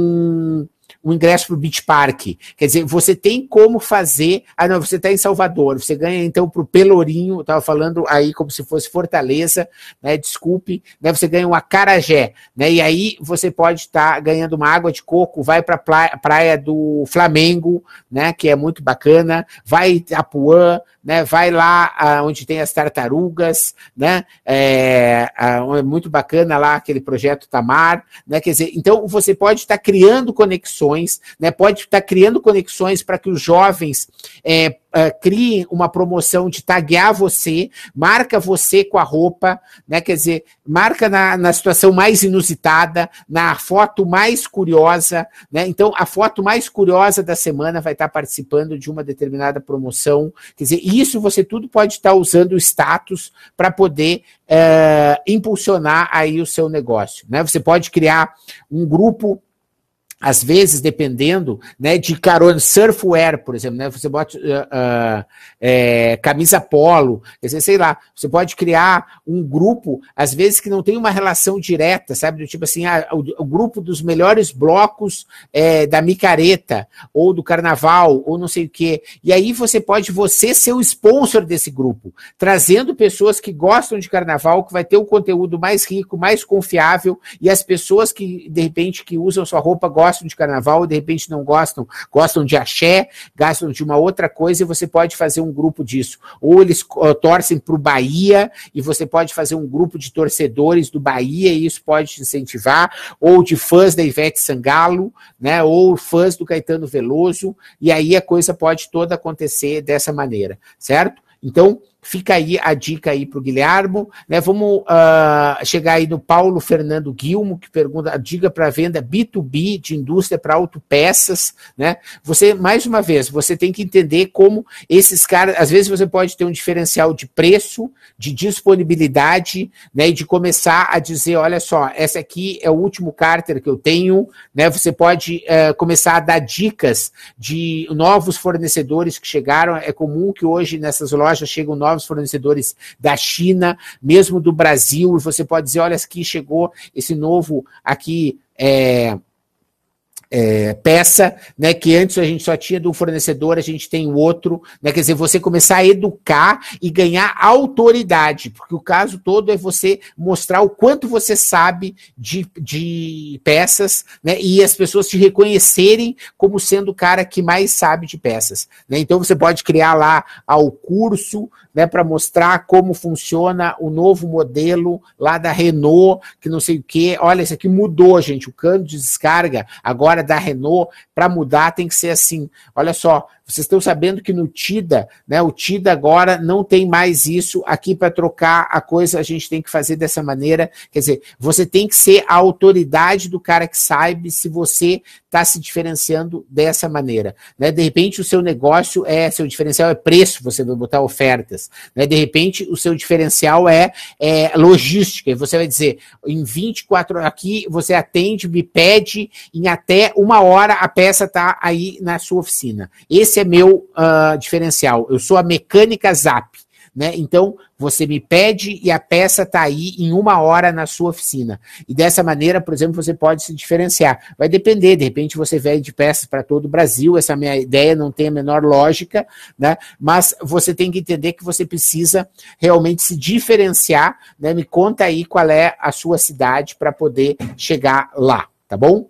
um, um ingresso para o Beach Park. Quer dizer, você tem como fazer... Ah, não, você está em Salvador, você ganha então para o Pelourinho, eu estava falando aí como se fosse Fortaleza, né? Desculpe, né? Você ganha um acarajé, né? E aí você pode estar tá ganhando uma água de coco, vai para a praia, praia do Flamengo, né? Que é muito bacana, vai a Apuã, né? Vai lá ah, onde tem as tartarugas, né? É, ah, é muito bacana lá aquele projeto Tamar, né? Quer dizer, então você pode estar tá criando conexões, né? Pode estar tá criando conexões para que os jovens é, Uh, crie uma promoção de taguear você, marca você com a roupa, né? Quer dizer, marca na, na situação mais inusitada, na foto mais curiosa, né? Então, a foto mais curiosa da semana vai estar participando de uma determinada promoção. Quer dizer, isso você tudo pode estar usando o status para poder uh, impulsionar aí o seu negócio, né? Você pode criar um grupo, às vezes, dependendo, né, de carona, surfwear, por exemplo, né, você bota uh, uh, é, camisa polo, quer dizer, sei lá, você pode criar um grupo, às vezes, que não tem uma relação direta, sabe, do tipo assim, ah, o, o grupo dos melhores blocos é, da micareta, ou do carnaval, ou não sei o quê, e aí você pode, você ser o sponsor desse grupo, trazendo pessoas que gostam de carnaval, que vai ter um conteúdo mais rico, mais confiável, e as pessoas que, de repente, que usam sua roupa, gostam gostam de carnaval, de repente não gostam, gostam de axé, gostam de uma outra coisa, e você pode fazer um grupo disso. Ou eles uh, torcem para o Bahia, e você pode fazer um grupo de torcedores do Bahia, e isso pode te incentivar, ou de fãs da Ivete Sangalo, né, ou fãs do Caetano Veloso, e aí a coisa pode toda acontecer dessa maneira, certo? Então, fica aí a dica aí para o Guilhermo, né? Vamos uh, chegar aí no Paulo Fernando Guilmo, que pergunta a dica para venda B dois B de indústria para autopeças, né? Você, mais uma vez, você tem que entender como esses caras, às vezes você pode ter um diferencial de preço, de disponibilidade, né? E de começar a dizer, olha só, essa aqui é o último cárter que eu tenho, né? Você pode uh, começar a dar dicas de novos fornecedores que chegaram. É comum que hoje nessas lojas chegam novos novos fornecedores da China, mesmo do Brasil, e você pode dizer, olha, aqui chegou esse novo aqui, é, É, peça, né, que antes a gente só tinha de um fornecedor, a gente tem o outro, né, quer dizer, você começar a educar e ganhar autoridade, porque o caso todo é você mostrar o quanto você sabe de, de peças, né, e as pessoas te reconhecerem como sendo o cara que mais sabe de peças, né, então você pode criar lá o curso, né, para mostrar como funciona o novo modelo lá da Renault, que não sei o que, olha, isso aqui mudou, gente, o cano de descarga agora da Renault, para mudar tem que ser assim, olha só, Vocês estão sabendo que no TIDA, né, o TIDA agora não tem mais isso aqui para trocar a coisa, a gente tem que fazer dessa maneira. Quer dizer, você tem que ser a autoridade do cara que sabe se você está se diferenciando dessa maneira. Né? De repente, o seu negócio é, seu diferencial é preço, você vai botar ofertas. Né? De repente, o seu diferencial é, é logística, e você vai dizer, em vinte e quatro horas aqui, você atende, me pede, em até uma hora a peça está aí na sua oficina. Esse é meu uh, diferencial. Eu sou a mecânica Zap. Né? Então, você me pede e a peça está aí em uma hora na sua oficina. E dessa maneira, por exemplo, você pode se diferenciar. Vai depender, de repente você vende peças para todo o Brasil, essa minha ideia não tem a menor lógica, né? Mas você tem que entender que você precisa realmente se diferenciar, né? Me conta aí qual é a sua cidade para poder chegar lá, tá bom?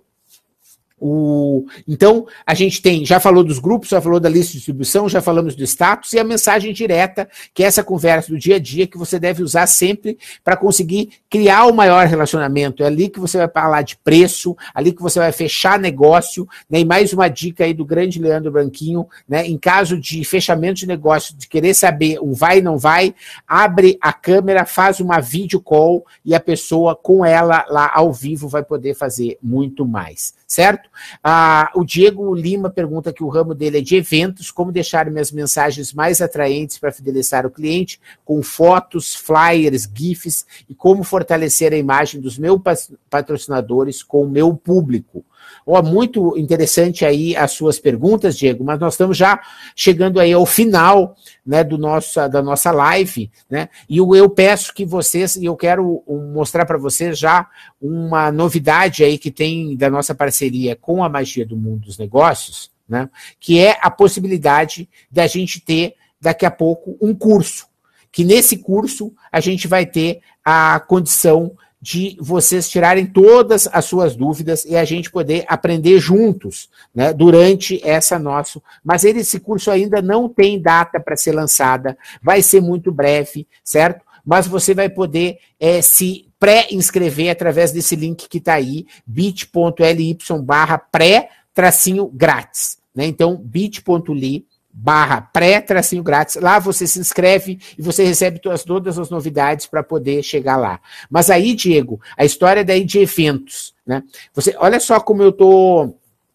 O, então, a gente tem, já falou dos grupos, já falou da lista de distribuição, já falamos do status e a mensagem direta, que é essa conversa do dia a dia que você deve usar sempre para conseguir criar o maior relacionamento. É ali que você vai falar de preço, ali que você vai fechar negócio, né? E mais uma dica aí do grande Leandro Branquinho, né? Em caso de fechamento de negócio, de querer saber um vai e não vai, abre a câmera, faz uma video call e a pessoa com ela lá ao vivo vai poder fazer muito mais, certo? Ah, o Diego Lima pergunta que o ramo dele é de eventos, como deixar minhas mensagens mais atraentes para fidelizar o cliente, com fotos, flyers, GIFs, e como fortalecer a imagem dos meus patrocinadores com o meu público. Oh, muito interessante aí as suas perguntas, Diego, mas nós estamos já chegando aí ao final, né, do nosso, da nossa live, né, e eu, eu peço que vocês, e eu quero mostrar para vocês já uma novidade aí que tem da nossa parceria com a Magia do Mundo dos Negócios, né, que é a possibilidade da gente ter, daqui a pouco, um curso, que nesse curso a gente vai ter a condição de vocês tirarem todas as suas dúvidas e a gente poder aprender juntos, né, durante essa nossa... Mas esse curso ainda não tem data para ser lançada, vai ser muito breve, certo? Mas você vai poder é, se pré-inscrever através desse link que está aí, bit.ly barra pré-grátis, né? Então, bit.ly barra pré-tracinho grátis, lá você se inscreve e você recebe todas, todas as novidades para poder chegar lá. Mas aí, Diego, a história daí de eventos, né? Você, olha só como eu tô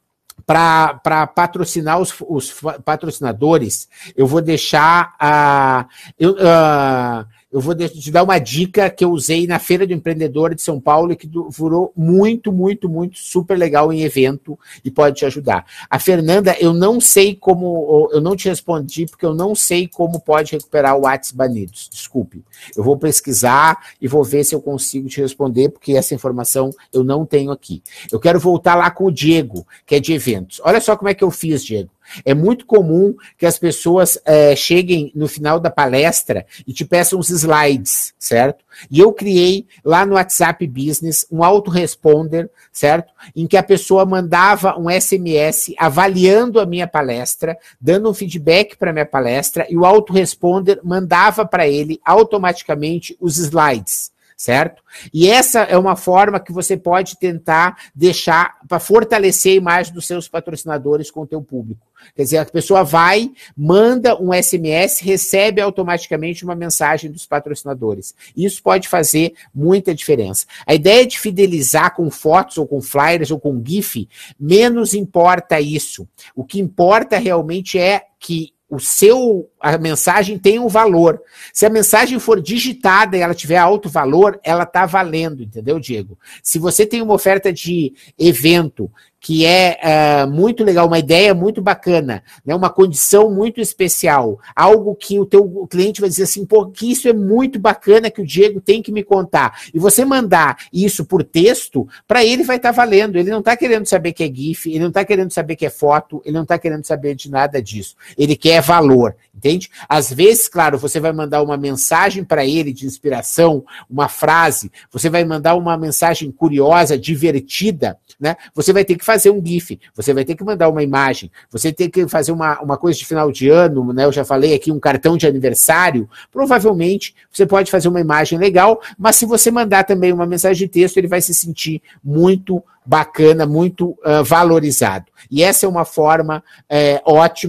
para patrocinar os, os patrocinadores, eu vou deixar a... Eu, uh, eu vou te dar uma dica que eu usei na Feira do Empreendedor de São Paulo e que durou muito, muito, muito super legal em evento e pode te ajudar. A Fernanda, eu não sei como, eu não te respondi porque eu não sei como pode recuperar o WhatsApp banidos. Desculpe. Eu vou pesquisar e vou ver se eu consigo te responder porque essa informação eu não tenho aqui. Eu quero voltar lá com o Diego, que é de eventos. Olha só como é que eu fiz, Diego. É muito comum que as pessoas é, cheguem no final da palestra e te peçam os slides, certo? E eu criei lá no WhatsApp Business um autoresponder, certo? Em que a pessoa mandava um S M S avaliando a minha palestra, dando um feedback para a minha palestra e o autoresponder mandava para ele automaticamente os slides. Certo? E essa é uma forma que você pode tentar deixar para fortalecer a imagem dos seus patrocinadores com o teu público. Quer dizer, a pessoa vai, manda um S M S, recebe automaticamente uma mensagem dos patrocinadores. Isso pode fazer muita diferença. A ideia de fidelizar com fotos ou com flyers ou com GIF, menos importa isso. O que importa realmente é que o seu, a mensagem tem um valor. Se a mensagem for digitada e ela tiver alto valor, ela está valendo, entendeu, Diego? Se você tem uma oferta de evento que é uh, muito legal, uma ideia muito bacana, né, uma condição muito especial, algo que o teu cliente vai dizer assim, pô, que isso é muito bacana que o Diego tem que me contar. E você mandar isso por texto, para ele vai estar tá valendo. Ele não está querendo saber que é GIF, ele não está querendo saber que é foto, ele não está querendo saber de nada disso. Ele quer valor, entende? Às vezes, claro, você vai mandar uma mensagem para ele de inspiração, uma frase, você vai mandar uma mensagem curiosa, divertida, né? Você vai ter que fazer um GIF, você vai ter que mandar uma imagem, você tem que fazer uma, uma coisa de final de ano, né? Eu já falei aqui, um cartão de aniversário, provavelmente você pode fazer uma imagem legal, mas se você mandar também uma mensagem de texto, ele vai se sentir muito bacana, muito uh, valorizado. E essa é uma forma é, ótima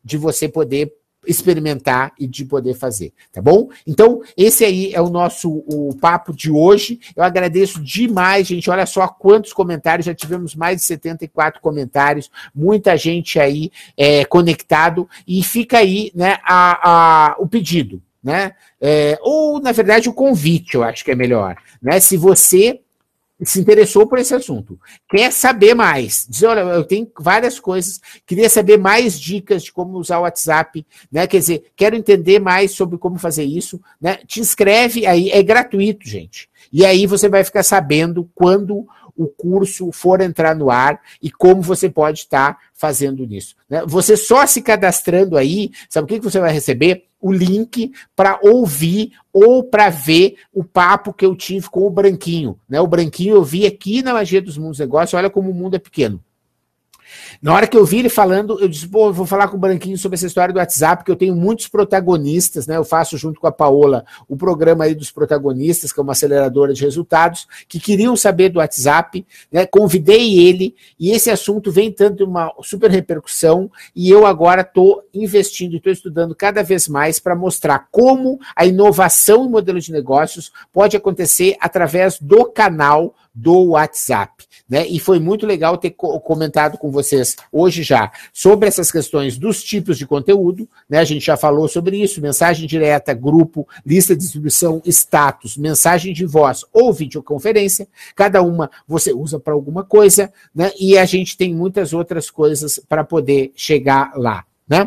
de você poder experimentar e de poder fazer, tá bom? Então, esse aí é o nosso o papo de hoje. Eu agradeço demais, gente. Olha só quantos comentários, já tivemos mais de setenta e quatro comentários, muita gente aí é, conectado, e fica aí, né, a, a, o pedido, né? É, ou, na verdade, o convite, eu acho que é melhor, né? Se você se interessou por esse assunto, quer saber mais, diz, olha, eu tenho várias coisas, queria saber mais dicas de como usar o WhatsApp, né? Quer dizer, quero entender mais sobre como fazer isso, né? Te inscreve aí, é gratuito, gente. E aí você vai ficar sabendo quando o curso for entrar no ar e como você pode estar fazendo nisso, né? Você só se cadastrando aí, sabe o que você vai receber? O link para ouvir ou para ver o papo que eu tive com o Branquinho, né? O Branquinho eu vi aqui na Magia dos Mundos Negócios, olha como o mundo é pequeno. Na hora que eu vi ele falando, eu disse, pô, eu vou falar com o Branquinho sobre essa história do WhatsApp, porque eu tenho muitos protagonistas, né? Eu faço junto com a Paola o programa aí dos protagonistas, que é uma aceleradora de resultados, que queriam saber do WhatsApp, né? Convidei ele, e esse assunto vem tanto uma super repercussão, e eu agora estou investindo, estou estudando cada vez mais para mostrar como a inovação em modelo de negócios pode acontecer através do canal do WhatsApp, né? E foi muito legal ter co- comentado com vocês hoje já sobre essas questões dos tipos de conteúdo, né? A gente já falou sobre isso, mensagem direta, grupo, lista de distribuição, status, mensagem de voz ou videoconferência, cada uma você usa para alguma coisa, né? E a gente tem muitas outras coisas para poder chegar lá, né?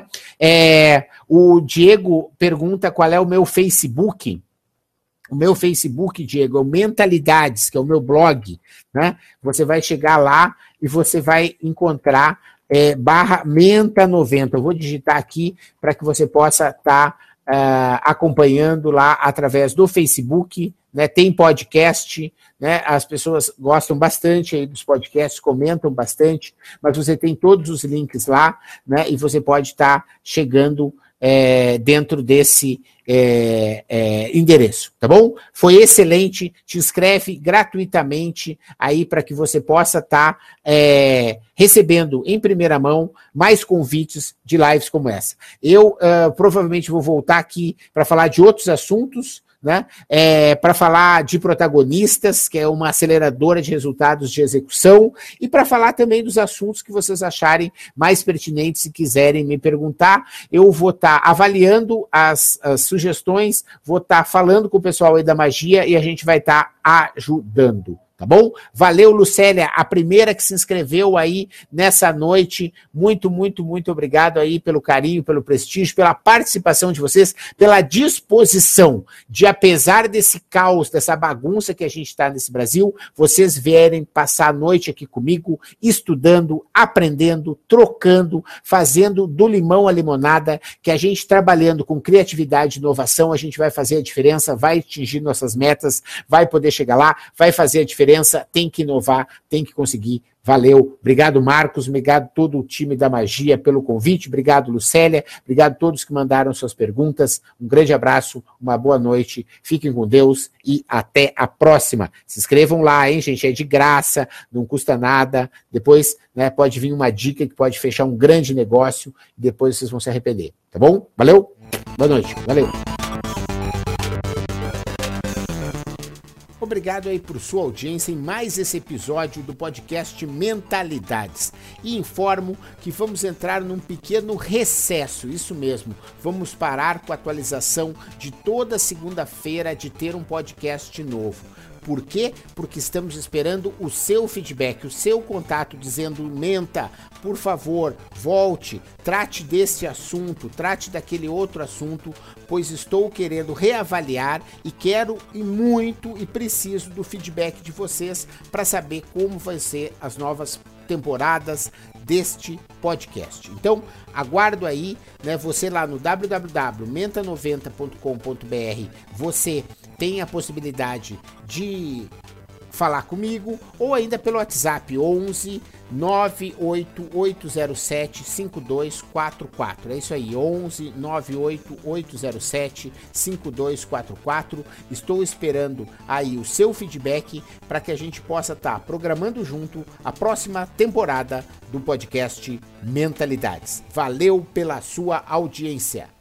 É, o Diego pergunta qual é o meu Facebook. O meu Facebook, Diego, é o Mentalidades, que é o meu blog, né? Você vai chegar lá e você vai encontrar é, barra Menta noventa. Eu vou digitar aqui para que você possa estar tá, uh, acompanhando lá através do Facebook, né? Tem podcast, né? As pessoas gostam bastante aí dos podcasts, comentam bastante, mas você tem todos os links lá, né? E você pode estar tá chegando É, dentro desse é, é, endereço, tá bom? Foi excelente, te inscreve gratuitamente aí para que você possa estar tá, é, recebendo em primeira mão mais convites de lives como essa. Eu uh, provavelmente vou voltar aqui para falar de outros assuntos, né? É, para falar de protagonistas, que é uma aceleradora de resultados de execução, e para falar também dos assuntos que vocês acharem mais pertinentes e quiserem me perguntar. Eu vou estar tá avaliando as, as sugestões, vou estar tá falando com o pessoal aí da magia e a gente vai estar tá ajudando. Tá bom? Valeu, Lucélia, a primeira que se inscreveu aí nessa noite. Muito, muito, muito obrigado aí pelo carinho, pelo prestígio, pela participação de vocês, pela disposição de, apesar desse caos, dessa bagunça que a gente está nesse Brasil, vocês vierem passar a noite aqui comigo, estudando, aprendendo, trocando, fazendo do limão a limonada, que a gente trabalhando com criatividade e inovação, a gente vai fazer a diferença, vai atingir nossas metas, vai poder chegar lá, vai fazer a diferença. Tem que inovar, tem que conseguir. Valeu. Obrigado, Marcos. Obrigado todo o time da Magia pelo convite. Obrigado, Lucélia. Obrigado a todos que mandaram suas perguntas. Um grande abraço, uma boa noite. Fiquem com Deus e até a próxima. Se inscrevam lá, hein, gente? É de graça, não custa nada. Depois, né, pode vir uma dica que pode fechar um grande negócio e depois vocês vão se arrepender. Tá bom? Valeu? Boa noite. Valeu. Obrigado aí por sua audiência em mais esse episódio do podcast Mentalidades. E informo que vamos entrar num pequeno recesso, isso mesmo. Vamos parar com a atualização de toda segunda-feira de ter um podcast novo. Por quê? Porque estamos esperando o seu feedback, o seu contato dizendo, Menta, por favor, volte, trate desse assunto, trate daquele outro assunto, pois estou querendo reavaliar e quero e muito e preciso do feedback de vocês para saber como vai ser as novas temporadas deste podcast. Então, aguardo aí, né, você lá no w w w ponto menta noventa ponto com ponto b r, você tem a possibilidade de falar comigo, ou ainda pelo WhatsApp onze nove oito oito zero sete cinco dois quatro quatro. É isso aí, onze nove oito oito zero sete cinco dois quatro quatro. Estou esperando aí o seu feedback para que a gente possa estar tá programando junto a próxima temporada do podcast Mentalidades. Valeu pela sua audiência.